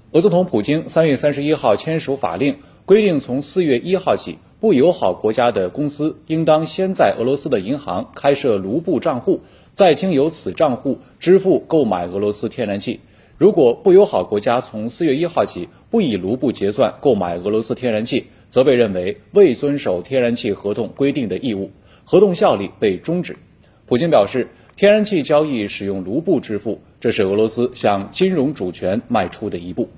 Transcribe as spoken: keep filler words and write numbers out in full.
俄总统普京三月三十一号签署法令，规定从四月一号起，不友好国家的公司应当先在俄罗斯的银行开设卢布账户，再经由此账户支付购买俄罗斯天然气。如果不友好国家从四月一号起不以卢布结算购买俄罗斯天然气，则被认为未遵守天然气合同规定的义务，合同效力被终止。普京表示，天然气交易使用卢布支付，这是俄罗斯向金融主权迈出的一步。